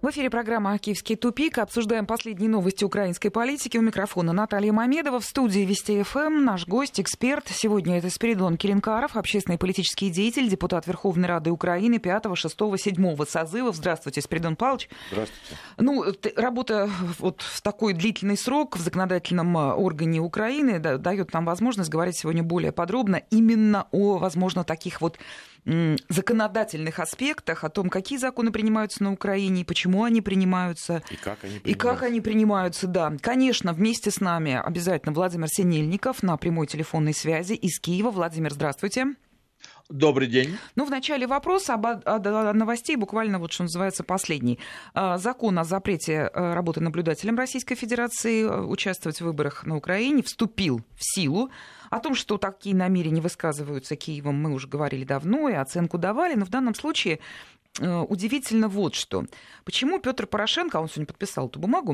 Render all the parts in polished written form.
В эфире программа «Киевский тупик». Обсуждаем последние новости украинской политики. У микрофона Наталья Мамедова. В студии Вести ФМ наш гость, эксперт. Сегодня это Спиридон Керенкаров, общественный и политический деятель, депутат Верховной Рады Украины 5, 6, 7 созывов. Здравствуйте, Спиридон Павлович. Здравствуйте. Работа вот в такой длительный срок в законодательном органе Украины дает нам возможность говорить сегодня более подробно именно о, возможно, таких вот законодательных аспектах, о том, какие законы принимаются на Украине, почему они принимаются, и как они принимаются. Да. Конечно, вместе с нами обязательно Владимир Синельников на прямой телефонной связи из Киева. Владимир, здравствуйте. Добрый день. Ну, в начале вопрос об новостей, буквально вот, что называется, последний. Закон о запрете работы наблюдателем Российской Федерации участвовать в выборах на Украине вступил в силу. О том, что такие намерения высказываются Киевом, мы уже говорили давно и оценку давали, но в данном случае удивительно вот что. Почему Петр Порошенко, он сегодня подписал эту бумагу,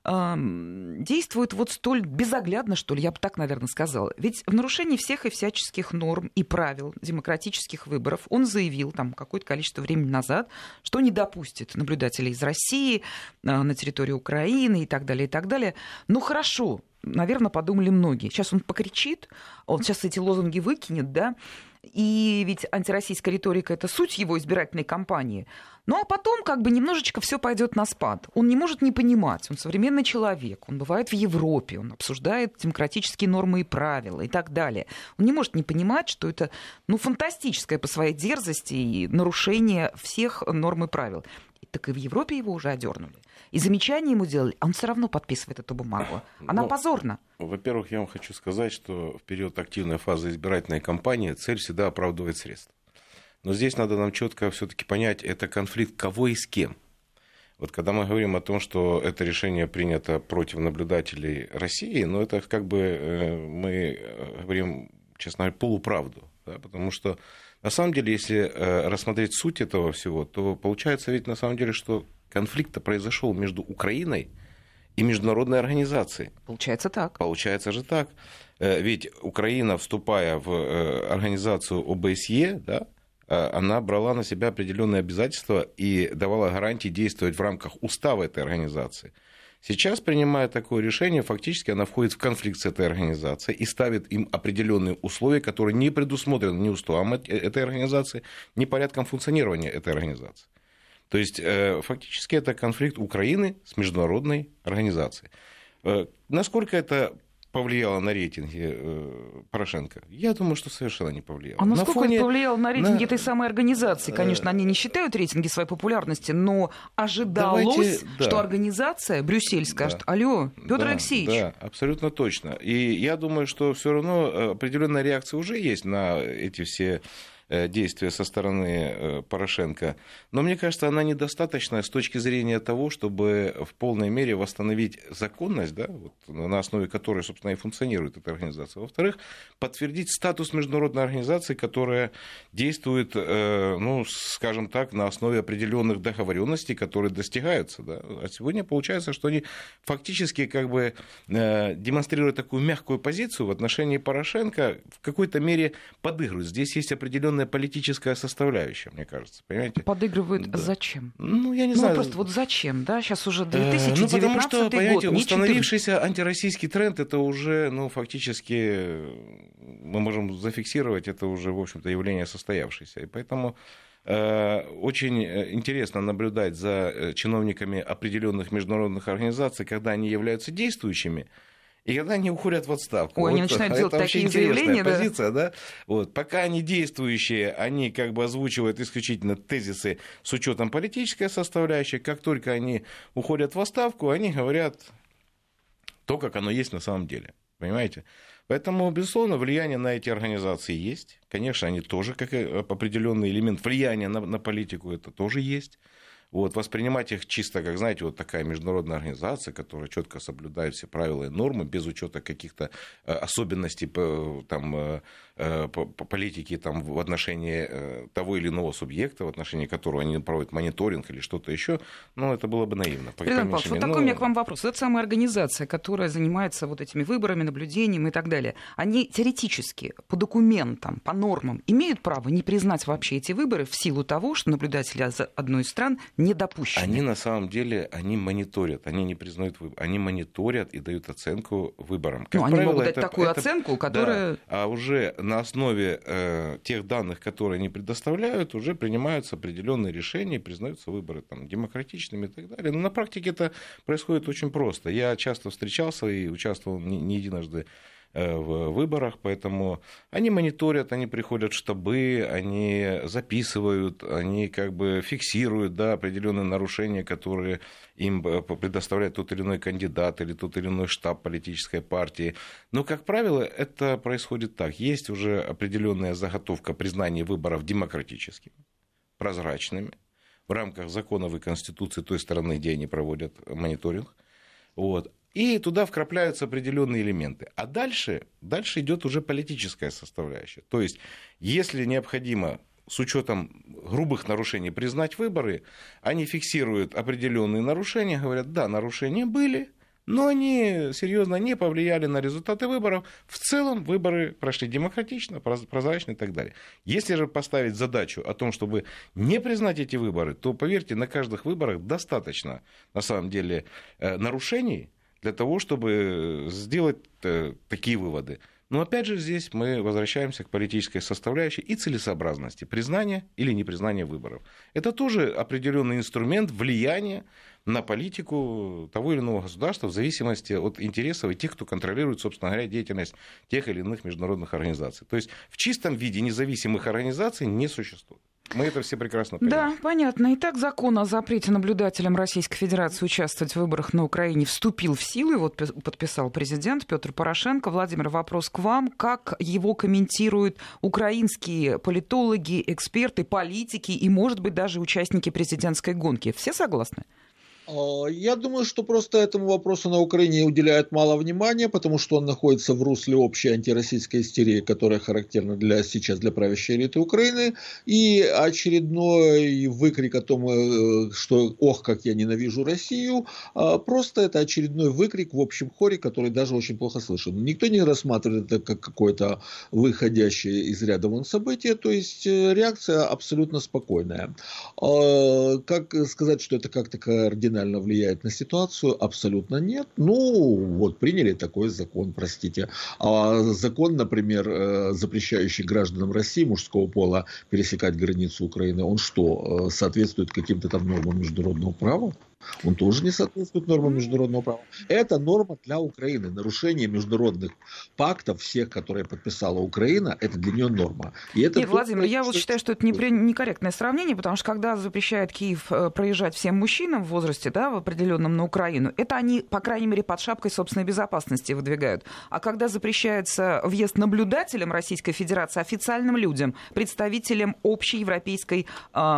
действует вот столь безоглядно, что ли, я бы так, наверное, сказала. Ведь в нарушении всех и всяческих норм и правил демократических выборов он заявил там какое-то количество времени назад, что не допустит наблюдателей из России на территории Украины и так далее, и так далее. Ну, хорошо. Наверное, подумали многие. Сейчас он покричит, он сейчас эти лозунги выкинет, да, и ведь антироссийская риторика — это суть его избирательной кампании. Ну, а потом как бы немножечко все пойдет на спад. Он не может не понимать, он современный человек, он бывает в Европе, он обсуждает демократические нормы и правила и так далее. Он не может не понимать, что это, ну, фантастическое по своей дерзости и нарушение всех норм и правил. Так и в Европе его уже одернули. И замечания ему делали, а он все равно подписывает эту бумагу. Она позорна. Во-первых, я вам хочу сказать, что в период активной фазы избирательной кампании цель всегда оправдывает средства. Но здесь надо нам четко все-таки понять, это конфликт кого и с кем. Вот когда мы говорим о том, что это решение принято против наблюдателей России, но это как бы мы говорим, честно говоря, полуправду. Да, потому что на самом деле, если рассмотреть суть этого всего, то получается ведь на самом деле, что конфликт произошел между Украиной и международной организацией. Получается так. Получается же так. Ведь Украина, вступая в организацию ОБСЕ, да, она брала на себя определенные обязательства и давала гарантии действовать в рамках устава этой организации. Сейчас, принимая такое решение, фактически она входит в конфликт с этой организацией и ставит им определенные условия, которые не предусмотрены ни уставом этой организации, ни порядком функционирования этой организации. То есть, фактически, это конфликт Украины с международной организацией. Насколько это повлияло на рейтинги Порошенко? Я думаю, что совершенно не повлияло. А насколько это повлияло на рейтинги этой самой организации? Конечно, они не считают рейтинги своей популярности, но ожидалось, что организация брюссельская скажет: алло, Петр Алексеевич. Да, абсолютно точно. И я думаю, что все равно определенная реакция уже есть на эти все действия со стороны Порошенко. Но мне кажется, она недостаточна с точки зрения того, чтобы в полной мере восстановить законность, да, вот, на основе которой, собственно, и функционирует эта организация. Во-вторых, подтвердить статус международной организации, которая действует, ну, скажем так, на основе определенных договоренностей, которые достигаются. Да. А сегодня получается, что они фактически как бы демонстрируют такую мягкую позицию в отношении Порошенко, в какой-то мере подыгрывают. Здесь есть определенная политическая составляющая, мне кажется, понимаете? Подыгрывают зачем? Ну, я не знаю. Просто вот зачем, да? Сейчас уже 2019 год. Потому что, понимаете, установившийся антироссийский тренд, это уже, ну, фактически, мы можем зафиксировать, это уже, в общем-то, явление состоявшееся. И поэтому очень интересно наблюдать за чиновниками определенных международных организаций, когда они являются действующими, и когда они уходят в отставку. Ой, они начинают делать такие заявления, позиция, да? Вот. Пока они действующие, они как бы озвучивают исключительно тезисы с учетом политической составляющей. Как только они уходят в отставку, они говорят то, как оно есть на самом деле. Понимаете? Поэтому, безусловно, влияние на эти организации есть. Конечно, они тоже, как определенный элемент влияния на политику, это тоже есть. Вот, воспринимать их чисто, как, знаете, вот такая международная организация, которая четко соблюдает все правила и нормы, без учета каких-то особенностей там, по политике там, в отношении того или иного субъекта, в отношении которого они проводят мониторинг или что-то еще, ну, это было бы наивно. Павел Павлович, вот такой у меня к вам вопрос. Это самая организация, которая занимается вот этими выборами, наблюдением и так далее. Они теоретически, по документам, по нормам имеют право не признать вообще эти выборы в силу того, что наблюдатели одной из стран не допущены? Они на самом деле, они мониторят, они не признают выборы, они мониторят и дают оценку выборам. Как они правило, могут дать такую оценку, которая... Да, а уже на основе тех данных, которые они предоставляют, уже принимаются определенные решения, признаются выборы там, демократичными и так далее. Но на практике это происходит очень просто. Я часто встречался и участвовал не единожды в выборах, поэтому они мониторят, они приходят в штабы, они записывают, они как бы фиксируют, да, определенные нарушения, которые им предоставляет тот или иной кандидат или тот или иной штаб политической партии. Но, как правило, это происходит так. Есть уже определенная заготовка признания выборов демократическими, прозрачными, в рамках законов и Конституции той страны, где они проводят мониторинг. Вот. И туда вкрапляются определенные элементы. А дальше идет уже политическая составляющая. То есть, если необходимо с учетом грубых нарушений признать выборы, они фиксируют определенные нарушения, говорят, да, нарушения были, но они серьезно не повлияли на результаты выборов. В целом выборы прошли демократично, прозрачно и так далее. Если же поставить задачу о том, чтобы не признать эти выборы, то, поверьте, на каждых выборах достаточно, на самом деле, нарушений, для того, чтобы сделать такие выводы. Но опять же здесь мы возвращаемся к политической составляющей и целесообразности признания или непризнания выборов. Это тоже определенный инструмент влияния на политику того или иного государства в зависимости от интересов и тех, кто контролирует, собственно говоря, деятельность тех или иных международных организаций. То есть в чистом виде независимых организаций не существует. Мы это все прекрасно понимаем. Да, понятно. Итак, закон о запрете наблюдателям Российской Федерации участвовать в выборах на Украине вступил в силу. Его подписал президент Петр Порошенко. Владимир, вопрос к вам. Как его комментируют украинские политологи, эксперты, политики и, может быть, даже участники президентской гонки? Все согласны? Я думаю, что просто этому вопросу на Украине уделяют мало внимания, потому что он находится в русле общей антироссийской истерии, которая характерна сейчас для правящей элиты Украины, и очередной выкрик о том, что «ох, как я ненавижу Россию», просто это очередной выкрик в общем хоре, который даже очень плохо слышен. Никто не рассматривает это как какое-то выходящее из ряда вон событие, то есть реакция абсолютно спокойная. Как сказать, что это как-то координально влияет на ситуацию? Абсолютно нет. Ну, вот приняли такой закон, простите. А закон, например, запрещающий гражданам России мужского пола пересекать границу Украины, он что, соответствует каким-то там нормам международного права? Он тоже не соответствует нормам международного права. Это норма для Украины. Нарушение международных пактов, всех, которые подписала Украина, это для нее норма. И это Нет, Владимир, я вот считаю, что это некорректное сравнение, потому что когда запрещает Киев проезжать всем мужчинам в возрасте, да, в определенном на Украину, это они, по крайней мере, под шапкой собственной безопасности выдвигают. А когда запрещается въезд наблюдателям Российской Федерации, официальным людям, представителям общей европейской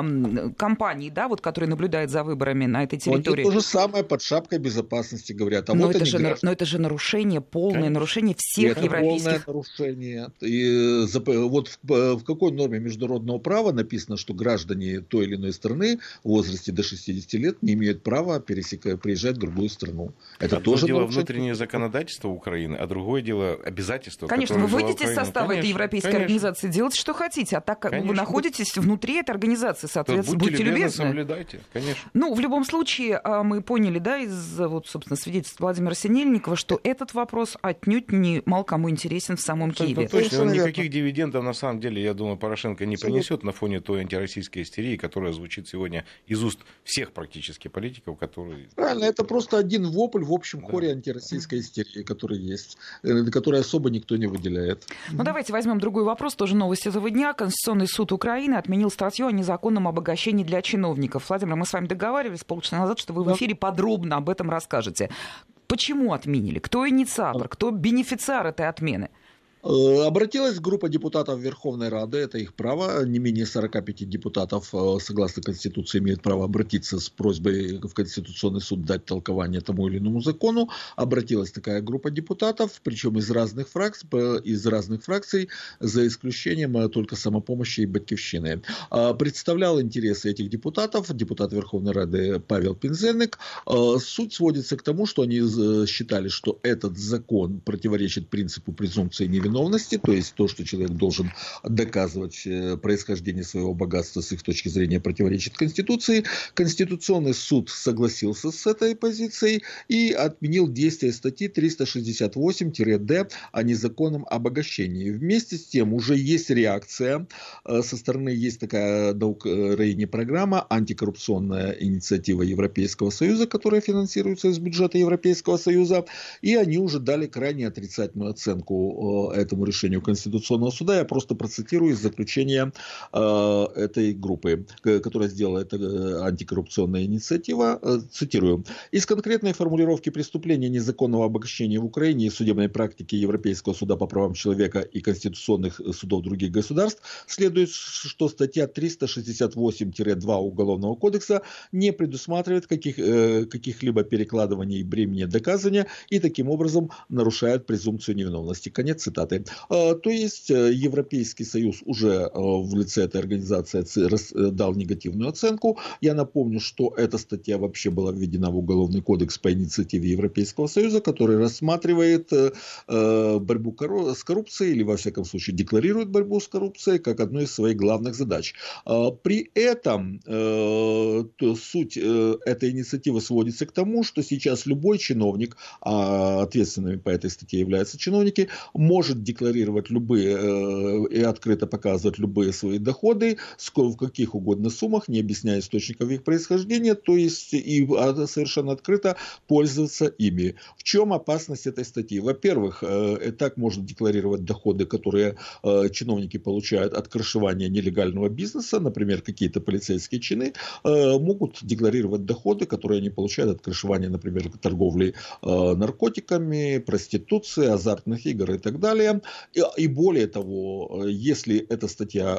компании, да, вот, которая наблюдает за выборами на этой территории. Вот то же самое под шапкой безопасности говорят. Но это же нарушение, полное Конечно. Нарушение всех это европейских... полное нарушение. И вот в какой норме международного права написано, что граждане той или иной страны в возрасте до 60 лет не имеют права приезжать в другую страну. Это Одно тоже дело нарушение. Внутреннее законодательство Украины, а другое дело обязательства. Конечно, вы выйдете из состава этой европейской организации, делайте, что хотите. А так как вы находитесь внутри этой организации, соответственно, будьте любезны. Соблюдайте, конечно. Ну, в любом случае, мы поняли, да, из, вот, собственно, свидетельств Владимира Синельникова, что этот вопрос отнюдь не мало кому интересен в самом Киеве. Это точно. Никаких дивидендов, на самом деле, я думаю, Порошенко не принесет на фоне той антироссийской истерии, которая звучит сегодня из уст всех практически политиков, которые... Правильно, это просто один вопль в общем хоре антироссийской истерии, который есть, который особо никто не выделяет. Ну, давайте возьмем другой вопрос, тоже новость этого дня. Конституционный суд Украины отменил статью о незаконном обогащении для чиновников. Владимир, мы с вами договаривались полчаса назад, что вы в эфире подробно об этом расскажете. Почему отменили? Кто инициатор? Кто бенефициар этой отмены? Обратилась группа депутатов Верховной Рады, это их право, не менее 45 депутатов, согласно Конституции, имеют право обратиться с просьбой в Конституционный суд дать толкование тому или иному закону. Обратилась такая группа депутатов, причем из разных фракций, за исключением только Самопомощи и Батькивщины. Представлял интересы этих депутатов депутат Верховной Рады Павел Пинзеник. Суть сводится к тому, что они считали, что этот закон противоречит принципу презумпции невиновности невиновности, то есть то, что человек должен доказывать происхождение своего богатства с их точки зрения противоречит Конституции. Конституционный суд согласился с этой позицией и отменил действие статьи 368-д о незаконном обогащении. Вместе с тем уже есть реакция со стороны, есть такая на Украине программа, антикоррупционная инициатива Европейского Союза, которая финансируется из бюджета Европейского Союза, и они уже дали крайне отрицательную оценку этому решению Конституционного суда. Я просто процитирую из заключения этой группы, которая сделала эта антикоррупционная инициатива. Цитирую. Из конкретной формулировки преступления незаконного обогащения в Украине и судебной практики Европейского суда по правам человека и конституционных судов других государств следует, что статья 368-2 Уголовного кодекса не предусматривает каких-либо перекладываний бремени доказывания и таким образом нарушает презумпцию невиновности. Конец цитаты. То есть Европейский Союз уже в лице этой организации дал негативную оценку. Я напомню, что эта статья вообще была введена в Уголовный кодекс по инициативе Европейского Союза, который рассматривает борьбу с коррупцией, или во всяком случае декларирует борьбу с коррупцией как одну из своих главных задач. При этом суть этой инициативы сводится к тому, что сейчас любой чиновник, а ответственными по этой статье являются чиновники, может декларировать любые и открыто показывать любые свои доходы в каких угодно суммах, не объясняя источников их происхождения, то есть и совершенно открыто пользоваться ими. В чем опасность этой статьи? Во-первых, так можно декларировать доходы, которые чиновники получают от крышевания нелегального бизнеса, например, какие-то полицейские чины могут декларировать доходы, которые они получают от крышевания, например, торговли наркотиками, проституции, азартных игр и так далее. И более того, если эта статья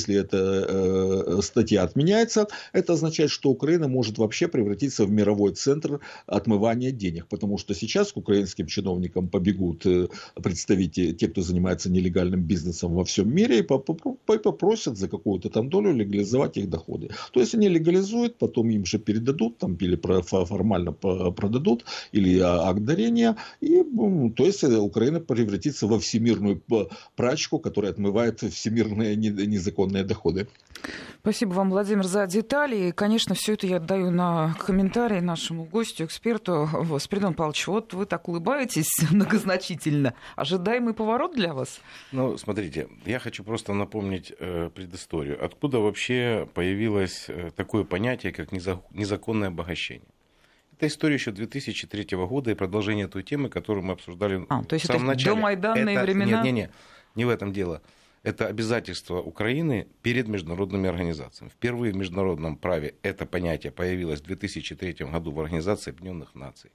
отменяется, это означает, что Украина может вообще превратиться в мировой центр отмывания денег, потому что сейчас к украинским чиновникам побегут представители, те, кто занимается нелегальным бизнесом во всем мире, и попросят за какую-то там долю легализовать их доходы. То есть они легализуют, потом им же передадут, там, или формально продадут, или акт дарения, и то есть Украина превратится во всемирную прачку, которая отмывает всемирные незаконные доходы. Спасибо вам, Владимир, за детали. И, конечно, все это я отдаю на комментарий нашему гостю, эксперту. Спиридон Павлович, вот вы так улыбаетесь многозначительно. Ожидаемый поворот для вас? Ну, смотрите, я хочу просто напомнить предысторию. Откуда вообще появилось такое понятие, как незаконное обогащение? Это история еще 2003 года и продолжение той темы, которую мы обсуждали в самом начале. Домайданные времена? Нет, не в этом дело. Это обязательство Украины перед международными организациями. Впервые в международном праве это понятие появилось в 2003 году в Организации Объединенных Наций,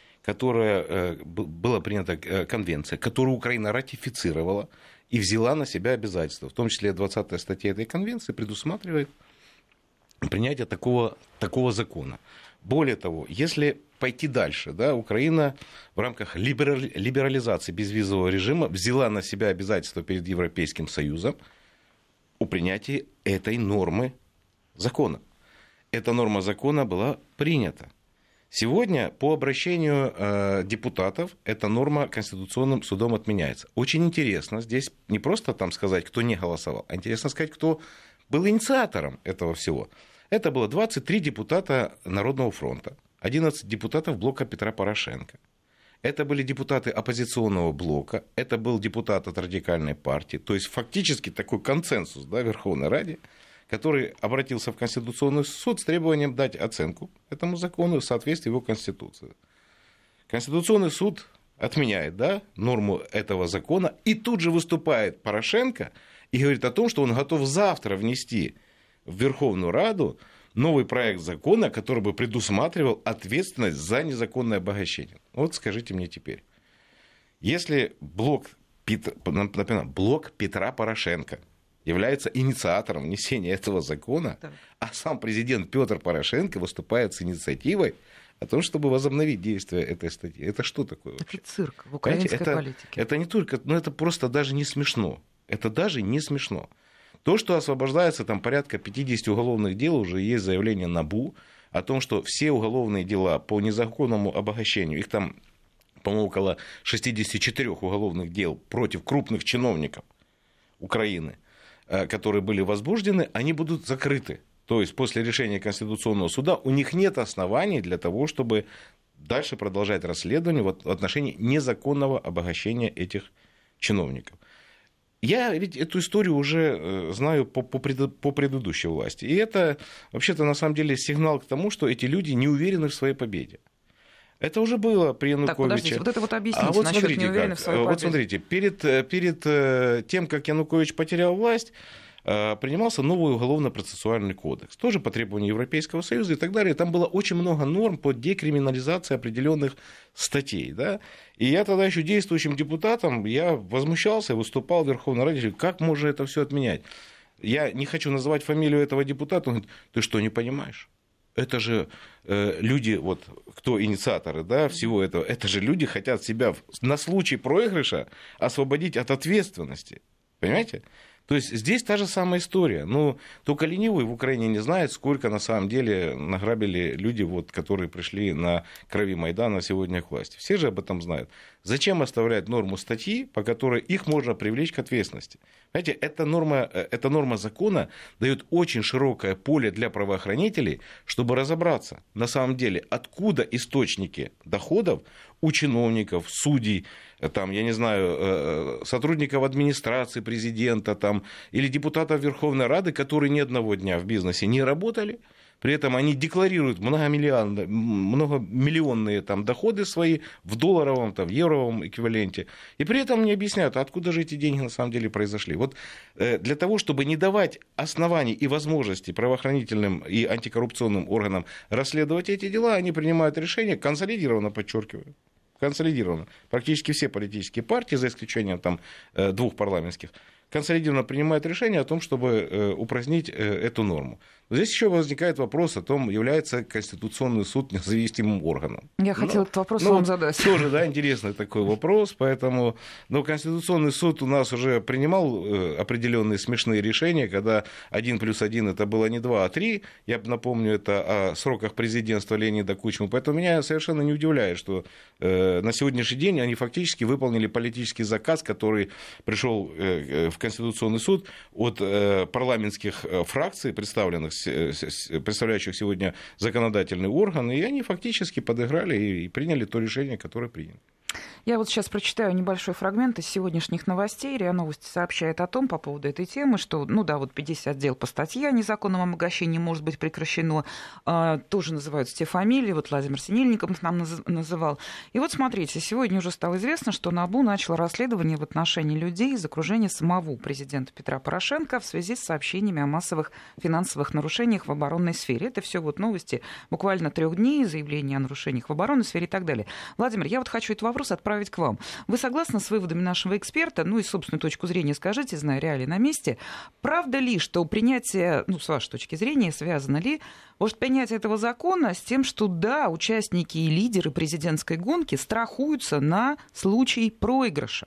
которая была принята конвенция, которую Украина ратифицировала и взяла на себя обязательства. В том числе 20-я статья этой конвенции предусматривает принятие такого закона. Более того, если пойти дальше, да, Украина в рамках либерализации безвизового режима взяла на себя обязательства перед Европейским Союзом о принятии этой нормы закона. Эта норма закона была принята. Сегодня по обращению депутатов эта норма Конституционным судом отменяется. Очень интересно здесь не просто там сказать, кто не голосовал, а интересно сказать, кто был инициатором этого всего. Это было 23 депутата Народного фронта, 11 депутатов блока Петра Порошенко. Это были депутаты оппозиционного блока, это был депутат от радикальной партии. То есть фактически такой консенсус, да, в Верховной Раде, который обратился в Конституционный суд с требованием дать оценку этому закону в соответствии его Конституции. Конституционный суд отменяет, да, норму этого закона, и тут же выступает Порошенко и говорит о том, что он готов завтра внести в Верховную Раду новый проект закона, который бы предусматривал ответственность за незаконное обогащение. Вот скажите мне теперь, если блок Петра Порошенко является инициатором внесения этого закона, а сам президент Петр Порошенко выступает с инициативой о том, чтобы возобновить действие этой статьи. Это что такое вообще? Это цирк в украинской политике. Это не только, но это просто даже не смешно. Это даже не смешно. То, что освобождается там порядка 50 уголовных дел, уже есть заявление НАБУ о том, что все уголовные дела по незаконному обогащению, их там по-моему, около 64 уголовных дел против крупных чиновников Украины, которые были возбуждены, они будут закрыты. То есть после решения Конституционного суда у них нет оснований для того, чтобы дальше продолжать расследование в отношении незаконного обогащения этих чиновников. Я ведь эту историю уже знаю по предыдущей власти. И это, вообще-то, на самом деле, сигнал к тому, что эти люди не уверены в своей победе. Это уже было при Януковиче. Так, подождите, вот это вот объясните, насчет неуверенных в своей победе. Вот смотрите, перед тем, как Янукович потерял власть, принимался новый уголовно-процессуальный кодекс, тоже по требованию Европейского Союза и так далее. Там было очень много норм по декриминализации определенных статей. Да? И я тогда еще действующим депутатом, я возмущался, выступал в Верховной Раде, как можно это все отменять. Я не хочу называть фамилию этого депутата, он говорит, ты что, не понимаешь? Это же люди, вот, кто инициаторы, да, всего этого, это же люди хотят себя на случай проигрыша освободить от ответственности. Понимаете? То есть здесь та же самая история. Ну, только ленивый в Украине не знает, сколько на самом деле награбили люди, вот, которые пришли на крови Майдана сегодня к власти. Все же об этом знают. Зачем оставлять норму статьи, по которой их можно привлечь к ответственности? Понимаете, эта норма закона дает очень широкое поле для правоохранителей, чтобы разобраться, на самом деле, откуда источники доходов у чиновников, судей, там, я не знаю, сотрудников администрации президента там, или депутатов Верховной Рады, которые ни одного дня в бизнесе не работали. При этом они декларируют многомиллионные там, доходы свои в долларовом, там, в евровом эквиваленте. И при этом не объясняют, откуда же эти деньги на самом деле произошли. Вот для того, чтобы не давать оснований и возможностей правоохранительным и антикоррупционным органам расследовать эти дела, они принимают решение, консолидированно, подчеркиваю, консолидированно. Практически все политические партии, за исключением там, 2 парламентских, консолидированно принимают решение о том, чтобы упразднить эту норму. Но здесь еще возникает вопрос о том, является Конституционный суд независимым органом. Я хотела этот вопрос вам задать. Тоже, да, интересный такой вопрос, поэтому... Но Конституционный суд у нас уже принимал определенные смешные решения, когда 1+1 это было не 2, а 3. Я напомню, это о сроках президентства Леонида Кучмы. Поэтому меня совершенно не удивляет, что на сегодняшний день они фактически выполнили политический заказ, который пришел в Конституционный суд от парламентских фракций, представляющих сегодня законодательный орган, и они фактически подыграли и приняли то решение, которое приняли. Я вот сейчас прочитаю небольшой фрагмент из сегодняшних новостей. РИА Новости сообщает о том, по поводу этой темы, что, 50 дел по статье о незаконном обогащении может быть прекращено. Тоже называются те фамилии. Вот Владимир Синельников нам называл. И вот смотрите, сегодня уже стало известно, что НАБУ начал расследование в отношении людей из окружения самого президента Петра Порошенко в связи с сообщениями о массовых финансовых нарушениях в оборонной сфере. Это все вот новости буквально 3 дней, заявления о нарушениях в оборонной сфере и так далее. Владимир, я вот хочу этот вопрос отправить к вам. Вы согласны с выводами нашего эксперта, и собственную точку зрения скажите, зная реалии на месте, правда ли, что принятие, с вашей точки зрения, связано ли, может, принятие этого закона с тем, что, да, участники и лидеры президентской гонки страхуются на случай проигрыша?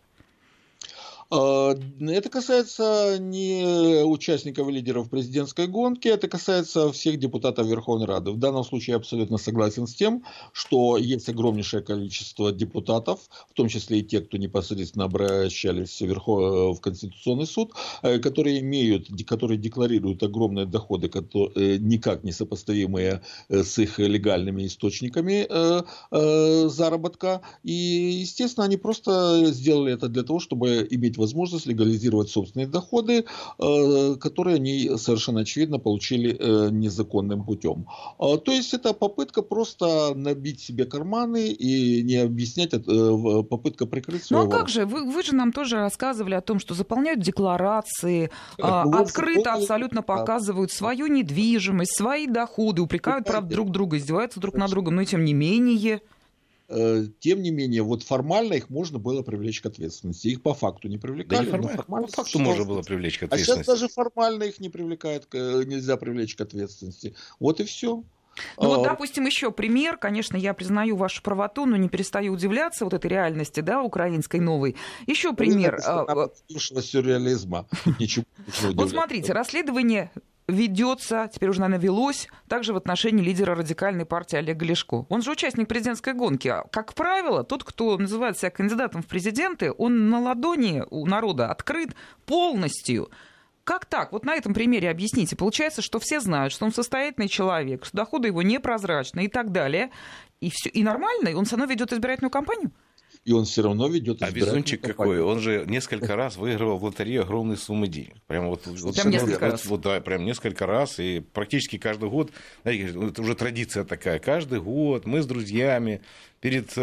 Это касается не участников и лидеров президентской гонки, это касается всех депутатов Верховной Рады. В данном случае я абсолютно согласен с тем, что есть огромнейшее количество депутатов, в том числе и те, кто непосредственно обращались в Конституционный суд, которые декларируют огромные доходы, никак не сопоставимые с их легальными источниками заработка. И, естественно, они просто сделали это для того, чтобы иметь возможность легализировать собственные доходы, которые они совершенно очевидно получили незаконным путем. То есть это попытка просто набить себе карманы и не объяснять, попытка прикрыть свою воровство. Ну а как же? Вы же нам тоже рассказывали о том, что заполняют декларации, открыто абсолютно показывают свою недвижимость, свои доходы, упрекают, правда, друг друга, издеваются друг над другом, но тем не менее... Тем не менее, вот формально их можно было привлечь к ответственности. Их по факту не привлекали. Да не по факту можно было привлечь к ответственности. А сейчас даже формально их не привлекают, нельзя привлечь к ответственности. Вот и все. Ну вот, допустим, еще пример. Конечно, я признаю вашу правоту, но не перестаю удивляться вот этой реальности, да, украинской новой. Еще пример. Сюрреализма. Вот смотрите, расследование ведется, теперь уже, наверное, велось, также в отношении лидера радикальной партии Олега Ляшко. Он же участник президентской гонки. Как правило, тот, кто называет себя кандидатом в президенты, он на ладони у народа открыт полностью. Как так? Вот на этом примере объясните. Получается, что все знают, что он состоятельный человек, что доходы его непрозрачны и так далее. И, все, и нормально, и он все равно ведет избирательную кампанию? И он все равно ведет избирательную кампанию. Везунчик какой. Он же несколько раз выигрывал в лотерею огромные суммы денег. Прям несколько раз. Да, прям несколько раз. И практически каждый год, знаете, это уже традиция такая. Каждый год мы с друзьями перед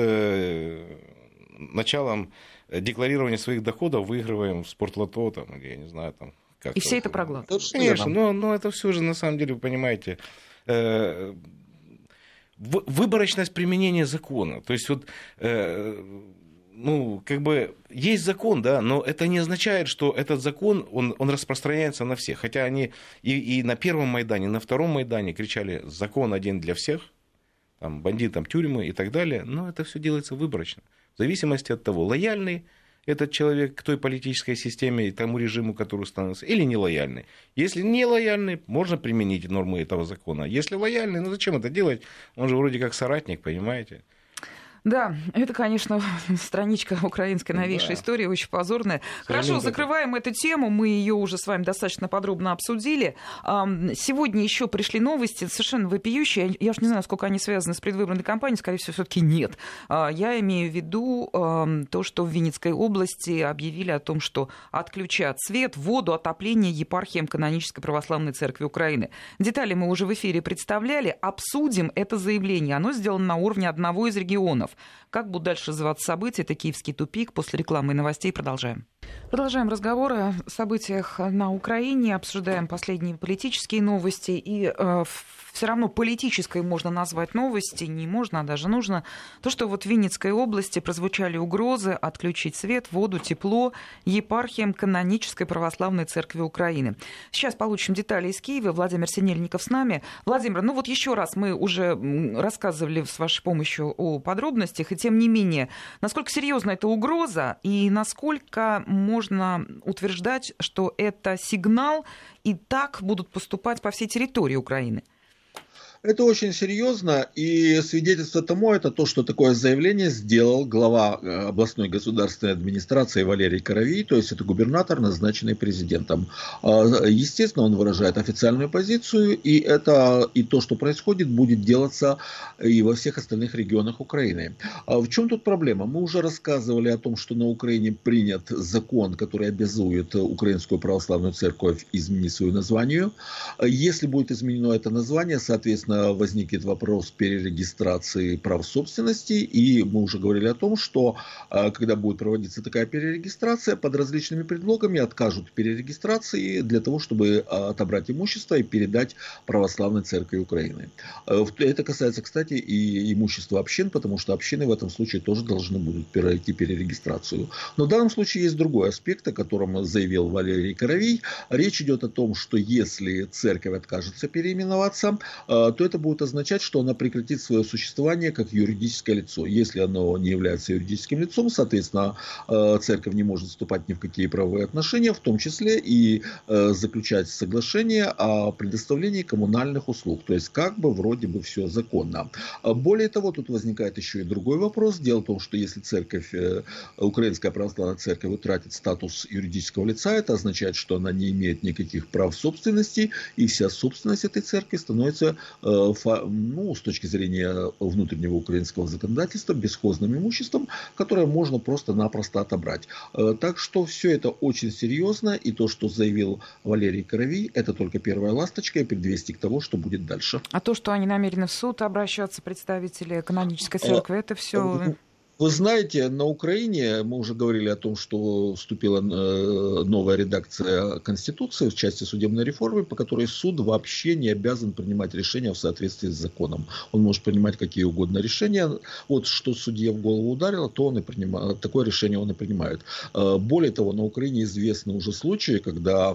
началом декларирования своих доходов выигрываем в спортлото, там, или, я не знаю, там. И все это проглатывают. Конечно, но это все же, на самом деле, вы понимаете, выборочность применения закона. То есть, вот, ну, как бы, есть закон, да, но это не означает, что этот закон, он распространяется на всех. Хотя они и на первом Майдане, и на втором Майдане кричали «закон один для всех», там, бандитам тюрьмы и так далее, но это все делается выборочно. В зависимости от того, лояльный этот человек к той политической системе и тому режиму, который становится, или нелояльный. Если нелояльный, можно применить нормы этого закона. Если лояльный, ну зачем это делать? Он же вроде как соратник, понимаете? Да, это, конечно, страничка украинской новейшей истории, очень позорная. Хорошо, закрываем эту тему, мы ее уже с вами достаточно подробно обсудили. Сегодня еще пришли новости совершенно вопиющие. Я уж не знаю, сколько они связаны с предвыборной кампанией, скорее всего, все-таки нет. Я имею в виду то, что в Винницкой области объявили о том, что отключат свет, воду, отопление епархиям Канонической Православной Церкви Украины. Детали мы уже в эфире представляли. Обсудим это заявление. Оно сделано на уровне одного из регионов. Как будут дальше развиваться события? Это «Киевский тупик». После рекламы и новостей продолжаем. Продолжаем разговор о событиях на Украине, обсуждаем последние политические новости. И все равно политической можно назвать новости, не можно, а даже нужно. То, что вот в Винницкой области прозвучали угрозы отключить свет, воду, тепло епархиям Канонической Православной Церкви Украины. Сейчас получим детали из Киева. Владимир Синельников с нами. Владимир, ну вот еще раз мы уже рассказывали с вашей помощью о подробностях, и тем не менее, насколько серьезна эта угроза и насколько можно утверждать, что это сигнал, и так будут поступать по всей территории Украины? Это очень серьезно, и свидетельство тому это то, что такое заявление сделал глава областной государственной администрации Валерий Коровий, то есть это губернатор, назначенный президентом. Естественно, он выражает официальную позицию, и то, что происходит, будет делаться и во всех остальных регионах Украины. В чем тут проблема? Мы уже рассказывали о том, что на Украине принят закон, который обязует Украинскую православную церковь изменить свое название. Если будет изменено это название, соответственно, возникнет вопрос перерегистрации прав собственности, и мы уже говорили о том, что когда будет проводиться такая перерегистрация, под различными предлогами откажут в перерегистрации для того, чтобы отобрать имущество и передать православной церкви Украины. Это касается, кстати, и имущества общин, потому что общины в этом случае тоже должны будут пройти перерегистрацию. Но в данном случае есть другой аспект, о котором заявил Валерий Коровий. Речь идет о том, что если церковь откажется переименоваться, то это будет означать, что она прекратит свое существование как юридическое лицо. Если оно не является юридическим лицом, соответственно, церковь не может вступать ни в какие правовые отношения, в том числе и заключать соглашение о предоставлении коммунальных услуг. То есть, как бы вроде бы все законно. Более того, тут возникает еще и другой вопрос. Дело в том, что если церковь, Украинская православная церковь утратит статус юридического лица, это означает, что она не имеет никаких прав собственности, и вся собственность этой церкви становится с точки зрения внутреннего украинского законодательства, бесхозным имуществом, которое можно просто-напросто отобрать. Так что все это очень серьезно, и то, что заявил Валерий Коровий, это только первая ласточка и предвестник того, что будет дальше. А то, что они намерены в суд обращаться, представители канонической церкви, это все... Вы знаете, на Украине мы уже говорили о том, что вступила новая редакция Конституции в части судебной реформы, по которой суд вообще не обязан принимать решения в соответствии с законом. Он может принимать какие угодно решения. Вот что судье в голову ударило, то он и принимает. Такое решение он и принимает. Более того, на Украине известны уже случаи, когда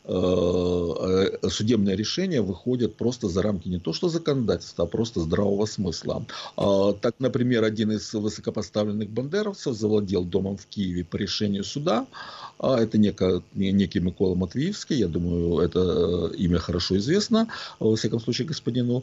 судебные решения выходят просто за рамки не то что законодательства, а просто здравого смысла. Так, например, один из высокопоставленных бандеровцев завладел домом в Киеве по решению суда. Это некий Микола Матвеевский, я думаю, это имя хорошо известно, во всяком случае, господину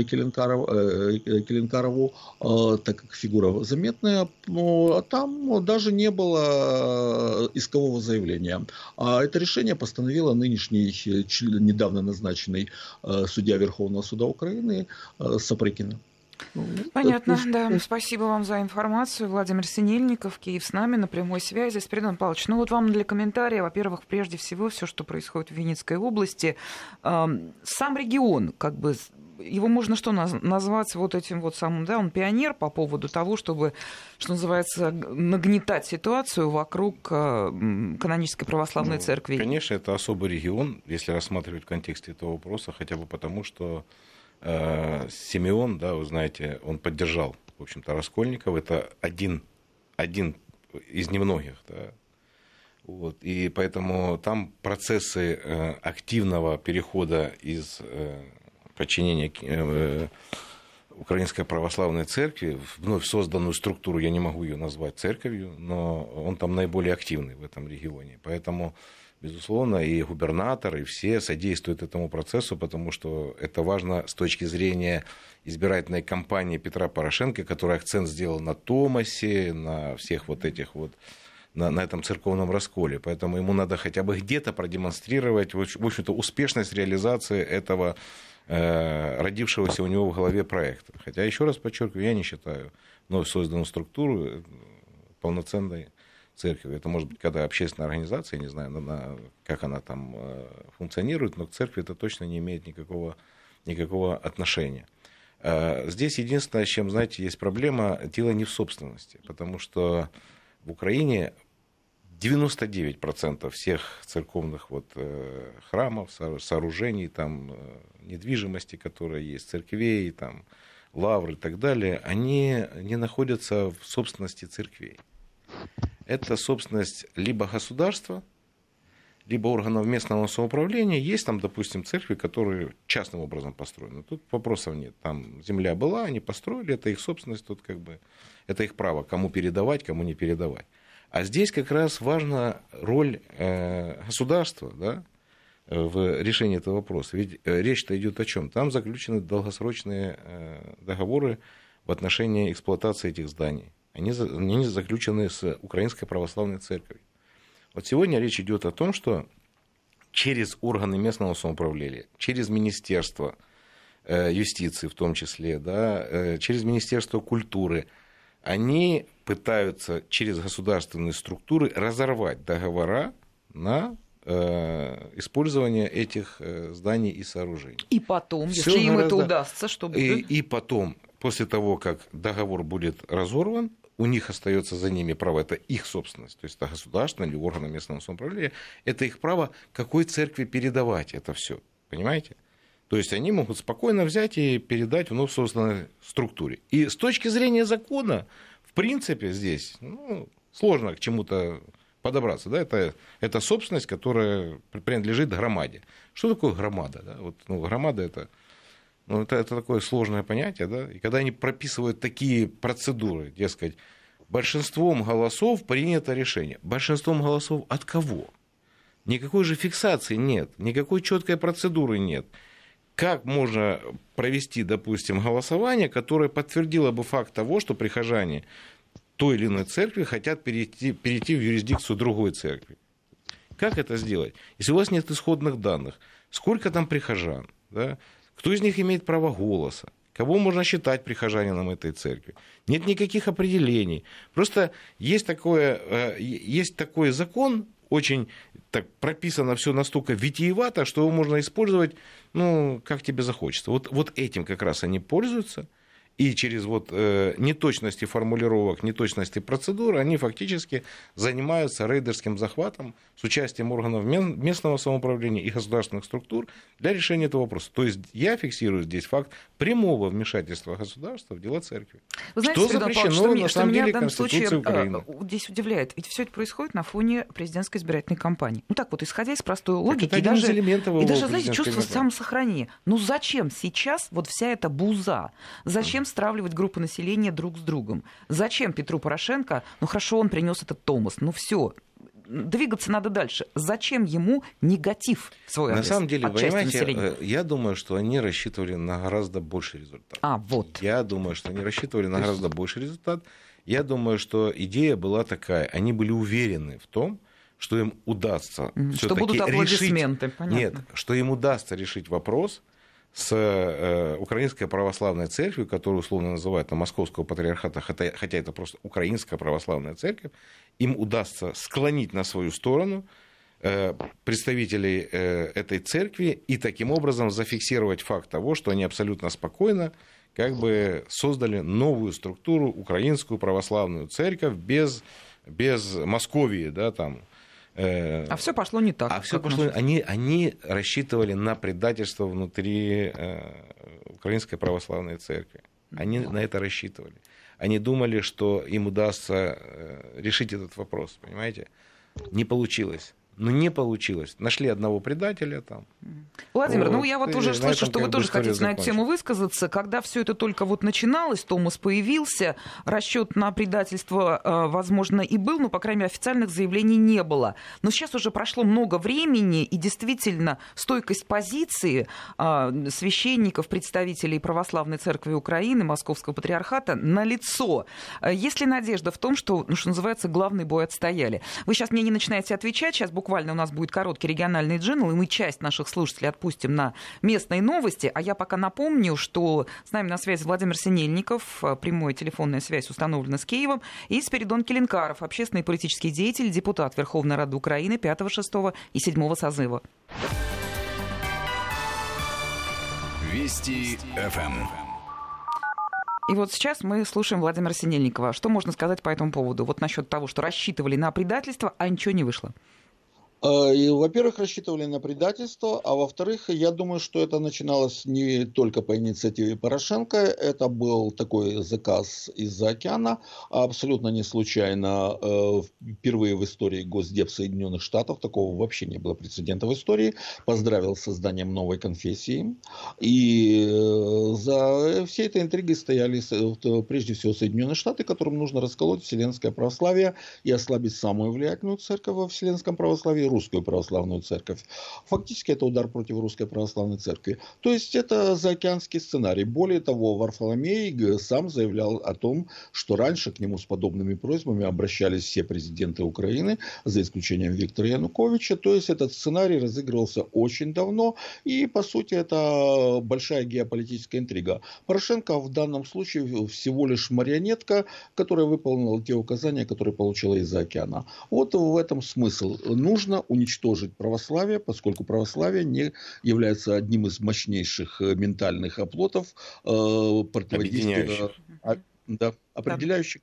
Келенкарову, так как фигура заметная, а там даже не было искового заявления. А это решение постановило нынешний, недавно назначенный судья Верховного суда Украины Сапрыкин. Понятно, да. Спасибо вам за информацию. Владимир Синельников, Киев с нами на прямой связи. Спиридон Павлович, ну вот вам для комментария. Во-первых, прежде всего, все, что происходит в Винницкой области. Сам регион, как бы, его можно что назвать вот этим вот самым, да, он пионер по поводу того, чтобы, что называется, нагнетать ситуацию вокруг канонической православной церкви. Конечно, это особый регион, если рассматривать в контексте этого вопроса, хотя бы потому, что Симеон, да, вы знаете, он поддержал, в общем-то, Раскольников. Это один из немногих, да. Вот. И поэтому там процессы активного перехода из подчинения Украинской Православной Церкви в вновь созданную структуру, я не могу ее назвать церковью, но он там наиболее активный в этом регионе. Поэтому, безусловно, и губернатор, и все содействуют этому процессу, потому что это важно с точки зрения избирательной кампании Петра Порошенко, который акцент сделал на Томасе, на всех вот этих вот, на этом церковном расколе. Поэтому ему надо хотя бы где-то продемонстрировать, в общем-то, успешность реализации этого родившегося у него в голове проекта. Хотя, еще раз подчеркиваю, я не считаю вновь созданную структуру полноценной церковью. Это может быть когда общественная организация, я не знаю, как она там функционирует, но к церкви это точно не имеет никакого отношения. Здесь единственное, с чем, знаете, есть проблема, дело не в собственности, потому что в Украине 99% всех церковных вот храмов, сооружений, там, недвижимости, которая есть, церквей, там, лавр и так далее, они не находятся в собственности церквей. Это собственность либо государства, либо органов местного самоуправления. Есть там, допустим, церкви, которые частным образом построены. Тут вопросов нет. Там земля была, они построили, это их собственность, тут как бы это их право, кому передавать, кому не передавать. А здесь как раз важна роль государства, да, в решении этого вопроса. Ведь речь-то идет о чем? Там заключены долгосрочные договоры в отношении эксплуатации этих зданий. Они заключены с Украинской Православной Церковью. Вот сегодня речь идет о том, что через органы местного самоуправления, через Министерство юстиции в том числе, да, через Министерство культуры, они пытаются через государственные структуры разорвать договора на использование этих зданий и сооружений. И потом, если им это удастся, что будет? И потом, после того, как договор будет разорван, у них остается за ними право, это их собственность, то есть это государственное или органы местного самоуправления, это их право, какой церкви передавать это все, понимаете? То есть они могут спокойно взять и передать вновь созданной структуре. И с точки зрения закона, в принципе, здесь сложно к чему-то подобраться. Да? Это собственность, которая принадлежит громаде. Что такое громада? Да? Вот, громада это такое сложное понятие. Да? И когда они прописывают такие процедуры, дескать, большинством голосов принято решение. Большинством голосов от кого? Никакой же фиксации нет, никакой четкой процедуры нет. Как можно провести, допустим, голосование, которое подтвердило бы факт того, что прихожане той или иной церкви хотят перейти в юрисдикцию другой церкви? Как это сделать? Если у вас нет исходных данных, сколько там прихожан, да? Кто из них имеет право голоса, кого можно считать прихожанином этой церкви? Нет никаких определений. Просто есть такой закон, очень так прописано все настолько витиевато, что его можно использовать, как тебе захочется. Вот этим как раз они пользуются, и через неточности формулировок, неточности процедур, они фактически занимаются рейдерским захватом с участием органов местного самоуправления и государственных структур для решения этого вопроса. То есть я фиксирую здесь факт прямого вмешательства государства в дела церкви. Вы знаете, что запрещено на самом деле Конституцией Украины. Здесь удивляет, ведь все это происходит на фоне президентской избирательной кампании. Ну так вот, исходя из простой логики, и даже, знаете, чувство самосохранения. Ну зачем сейчас вот вся эта буза? Зачем стравливать группы населения друг с другом? Зачем Петру Порошенко, ну хорошо, он принес этот томос, ну все, двигаться надо дальше. Зачем ему негатив свой адрес? На самом деле, понимаете, я думаю, что они рассчитывали на гораздо больший результат. Я думаю, что они рассчитывали на гораздо больший результат. Я думаю, что идея была такая. Они были уверены в том, что им удастся что будут аплодисменты, решить... Нет, что им удастся решить вопрос с Украинской православной церковью, которую условно называют Московского патриархата, хотя это просто Украинская православная церковь, им удастся склонить на свою сторону представителей этой церкви и таким образом зафиксировать факт того, что они абсолютно спокойно как бы создали новую структуру, Украинскую православную церковь без Московии, да, там. А все пошло не так. Они рассчитывали на предательство внутри Украинской православной церкви. Они на это рассчитывали. Они думали, что им удастся решить этот вопрос, понимаете? Не получилось. Не получилось. Нашли одного предателя там. Владимир, я уже слышу, что вы тоже хотите на эту тему высказаться. Когда все это только начиналось, Томас появился, расчет на предательство, возможно, и был, но, по крайней мере, официальных заявлений не было. Но сейчас уже прошло много времени, и действительно стойкость позиции священников, представителей Православной Церкви Украины, Московского Патриархата налицо. Есть ли надежда в том, что называется, главный бой отстояли? Вы сейчас мне не начинаете отвечать, сейчас буквально у нас будет короткий региональный джингл, и мы часть наших слушателей отпустим на местные новости. А я пока напомню, что с нами на связи Владимир Синельников, прямая телефонная связь установлена с Киевом, и Спиридон Келенкаров, общественный и политический деятель, депутат Верховной Рады Украины 5, 6 и 7 созыва. Вести ФМ. И вот сейчас мы слушаем Владимира Синельникова. Что можно сказать по этому поводу? Вот насчет того, что рассчитывали на предательство, а ничего не вышло. Во-первых, рассчитывали на предательство, а во-вторых, я думаю, что это начиналось не только по инициативе Порошенко, это был такой заказ из-за океана, абсолютно не случайно. Впервые в истории Госдеп Соединенных Штатов, такого вообще не было прецедента в истории, поздравил с созданием новой конфессии. И за всей этой интригой стояли прежде всего Соединенные Штаты, которым нужно расколоть вселенское православие и ослабить самую влиятельную церковь во вселенском православии, Русскую православную церковь. Фактически это удар против Русской православной церкви. То есть это заокеанский сценарий. Более того, Варфоломей сам заявлял о том, что раньше к нему с подобными просьбами обращались все президенты Украины, за исключением Виктора Януковича. То есть этот сценарий разыгрывался очень давно. И по сути это большая геополитическая интрига. Порошенко в данном случае всего лишь марионетка, которая выполнила те указания, которые получила из-за океана. Вот в этом смысл. Нужно уничтожить православие, поскольку православие не является одним из мощнейших ментальных оплотов, определяющих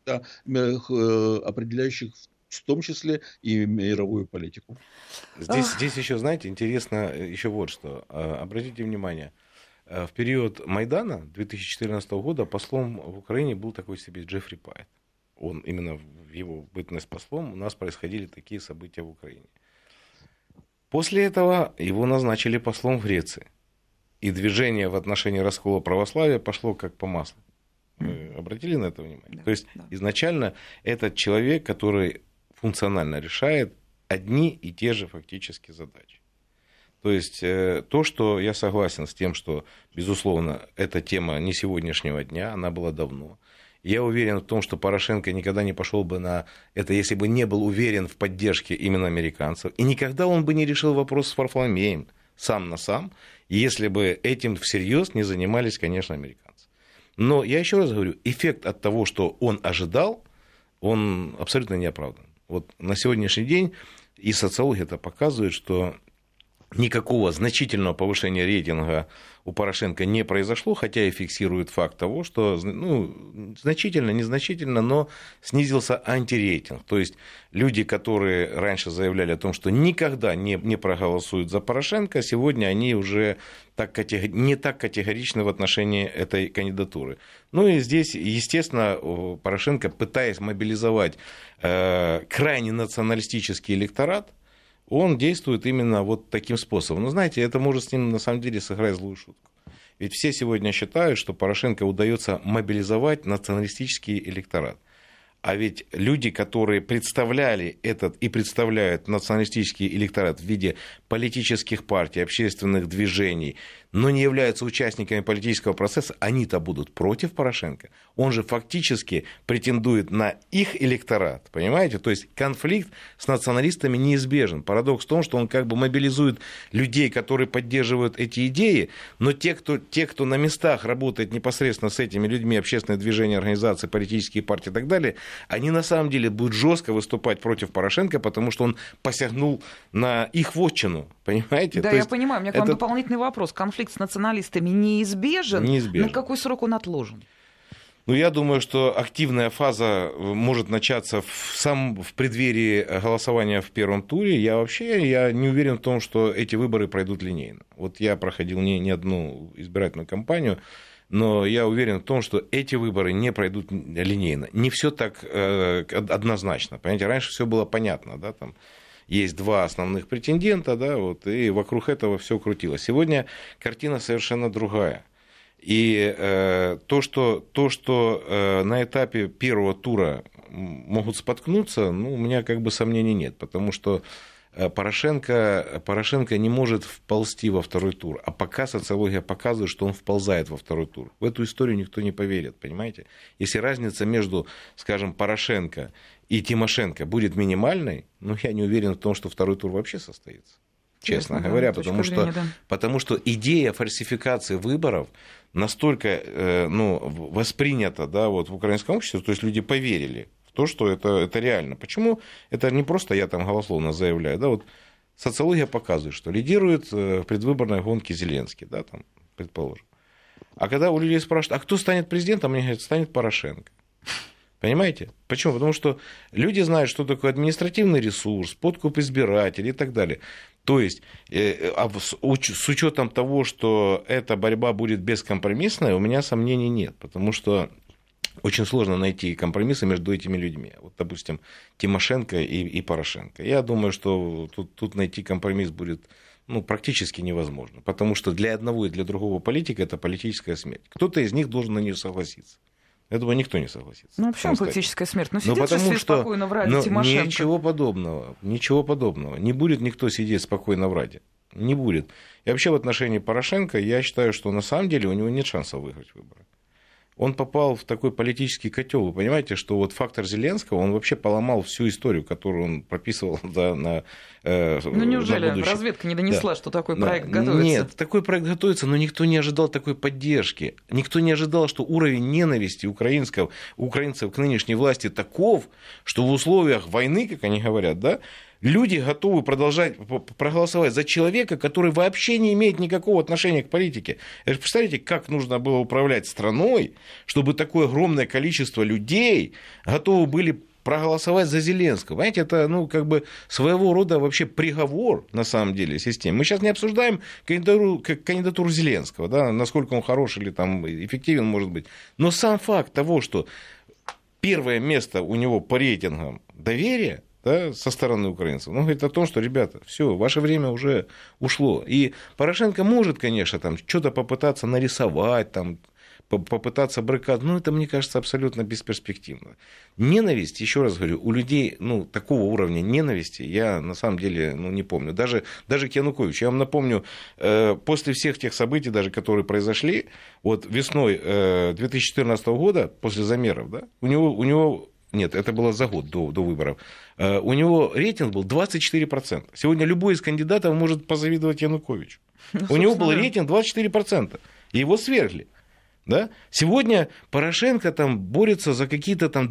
в том числе и мировую политику. Здесь еще, знаете, интересно еще вот что. Обратите внимание, в период Майдана 2014 года послом в Украине был такой себе Джеффри Пайт. Он именно в его бытность послом у нас происходили такие события в Украине. После этого его назначили послом в Греции. И движение в отношении раскола православия пошло как по маслу. Вы обратили на это внимание? Да, то есть изначально этот человек, который функционально решает одни и те же фактически задачи. То есть то, что я согласен с тем, что, безусловно, эта тема не сегодняшнего дня, она была давно. Я уверен в том, что Порошенко никогда не пошел бы на это, если бы не был уверен в поддержке именно американцев. И никогда он бы не решил вопрос с Варфоломеем сам на сам, если бы этим всерьез не занимались, конечно, американцы. Но я еще раз говорю, эффект от того, что он ожидал, он абсолютно не оправдан. Вот на сегодняшний день и социология это показывает, что никакого значительного повышения рейтинга у Порошенко не произошло, хотя и фиксирует факт того, что значительно, незначительно, но снизился антирейтинг. То есть люди, которые раньше заявляли о том, что никогда не проголосуют за Порошенко, сегодня они уже не так категоричны в отношении этой кандидатуры. Ну и здесь, естественно, Порошенко, пытаясь мобилизовать крайне националистический электорат, он действует именно вот таким способом. Но знаете, это может с ним на самом деле сыграть злую шутку. Ведь все сегодня считают, что Порошенко удается мобилизовать националистический электорат. А ведь люди, которые представляли этот и представляют националистический электорат в виде политических партий, общественных движений, но не являются участниками политического процесса, они-то будут против Порошенко. Он же фактически претендует на их электорат, понимаете? То есть конфликт с националистами неизбежен. Парадокс в том, что он как бы мобилизует людей, которые поддерживают эти идеи, но те, кто на местах работает непосредственно с этими людьми, общественные движения, организации, политические партии и так далее, они на самом деле будут жестко выступать против Порошенко, потому что он посягнул на их вотчину, понимаете? Да, то я понимаю. У меня к вам дополнительный вопрос. Конфликт с националистами неизбежен. Неизбежен. На какой срок он отложен? Ну, я думаю, что активная фаза может начаться в преддверии голосования в первом туре. Я не уверен в том, что эти выборы пройдут линейно. Вот я проходил не одну избирательную кампанию, но я уверен в том, что эти выборы не пройдут линейно. Не все так однозначно. Понимаете, раньше все было понятно, да, там есть два основных претендента, да, вот, и вокруг этого все крутилось. Сегодня картина совершенно другая. И то, что на этапе первого тура могут споткнуться, у меня как бы сомнений нет, потому что Порошенко не может вползти во второй тур, а пока социология показывает, что он вползает во второй тур. В эту историю никто не поверит, понимаете? Если разница между, скажем, Порошенко и Тимошенко будет минимальной, я не уверен в том, что второй тур вообще состоится. Честно говоря, потому что идея фальсификации выборов настолько воспринята, да, вот в украинском обществе, то есть люди поверили в то, что это реально. Почему? Это не просто я там голословно заявляю. Да, вот социология показывает, что лидирует в предвыборной гонке Зеленский, да, там, предположим. А когда у людей спрашивают, а кто станет президентом, они говорят, станет Порошенко. Понимаете? Почему? Потому что люди знают, что такое административный ресурс, подкуп избирателей и так далее. То есть, с учетом того, что эта борьба будет бескомпромиссная, у меня сомнений нет, потому что очень сложно найти компромиссы между этими людьми. Вот, допустим, Тимошенко и Порошенко. Я думаю, что тут найти компромисс будет практически невозможно, потому что для одного и для другого политика это политическая смерть. Кто-то из них должен на нее согласиться. Я думаю, никто не согласится. А почему политическая смерть? Сидит же спокойно в Раде Тимошенко. Ничего подобного. Не будет никто сидеть спокойно в Раде. Не будет. И вообще в отношении Порошенко я считаю, что на самом деле у него нет шансов выиграть выборы. Он попал в такой политический котел. Вы понимаете, что вот фактор Зеленского, он вообще поломал всю историю, которую он прописывал на неужели на будущее. Разведка не донесла, что такой проект готовится? Нет, такой проект готовится, но никто не ожидал такой поддержки. Никто не ожидал, что уровень ненависти украинцев к нынешней власти таков, что в условиях войны, как они говорят, да, люди готовы продолжать проголосовать за человека, который вообще не имеет никакого отношения к политике. Представляете, как нужно было управлять страной, чтобы такое огромное количество людей готовы были проголосовать за Зеленского. Понимаете, это своего рода вообще приговор, на самом деле, системе. Мы сейчас не обсуждаем кандидатуру Зеленского, да, насколько он хорош или там эффективен может быть. Но сам факт того, что первое место у него по рейтингам доверия, да, со стороны украинцев, говорит о том, что, ребята, все, ваше время уже ушло. И Порошенко может, конечно, там что-то попытаться нарисовать, там, попытаться брыкать, но это, мне кажется, абсолютно бесперспективно. Ненависть, еще раз говорю, у людей такого уровня ненависти я на самом деле не помню. Даже к Януковичу. Я вам напомню, после всех тех событий, даже которые произошли, вот весной 2014 года, после замеров, да, у него нет, это было за год до выборов. У него рейтинг был 24%. Сегодня любой из кандидатов может позавидовать Януковичу. У него был рейтинг 24%. И его свергли. Да? Сегодня Порошенко там борется за какие-то там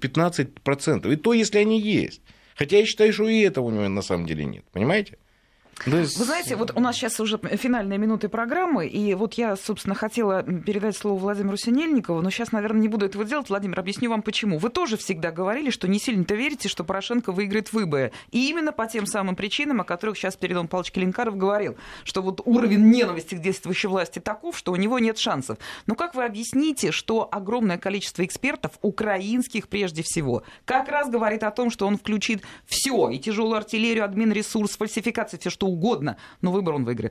12-15%. И то, если они есть. Хотя я считаю, что и этого у него на самом деле нет. Понимаете? Вы знаете, вот у нас сейчас уже финальные минуты программы, и вот я, собственно, хотела передать слово Владимиру Синельникову, но сейчас, наверное, не буду этого делать. Владимир, объясню вам почему. Вы тоже всегда говорили, что не сильно-то верите, что Порошенко выиграет выборы. И именно по тем самым причинам, о которых сейчас Спиридон Павлович Келенкаров говорил, что вот уровень ненависти к действующей власти таков, что у него нет шансов. Но как вы объясните, что огромное количество экспертов, украинских прежде всего, как раз говорит о том, что он включит все, и тяжелую артиллерию, админресурс, фальсификации, все что угодно, но выбор он выиграет.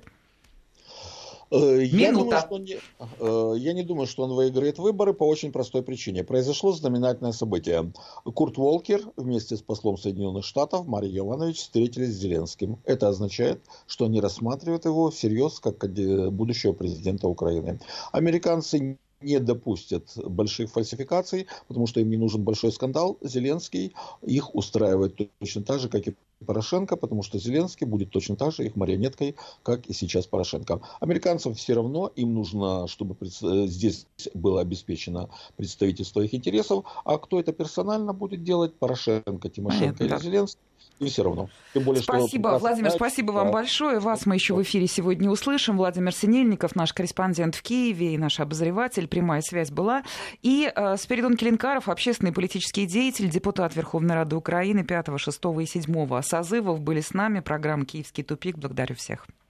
Я не думаю, что он выиграет выборы по очень простой причине. Произошло знаменательное событие. Курт Волкер вместе с послом Соединенных Штатов Марий Йованович встретились с Зеленским. Это означает, что они рассматривают его всерьез как будущего президента Украины. Американцы не допустят больших фальсификаций, потому что им не нужен большой скандал. Зеленский их устраивает точно так же, как и Порошенко, потому что Зеленский будет точно так же их марионеткой, как и сейчас Порошенко. Американцам все равно, им нужно, чтобы здесь было обеспечено представительство их интересов. А кто это персонально будет делать? Порошенко, Тимошенко или Зеленский? И все равно. Тем более, спасибо, что Владимир, спасибо вам большое. Вас мы еще в эфире сегодня услышим. Владимир Синельников, наш корреспондент в Киеве и наш обозреватель. Прямая связь была. И Спиридон Келенкаров, общественный и политический деятель, депутат Верховной Рады Украины 5, 6 и 7 созывов были с нами. Программа «Киевский тупик». Благодарю всех.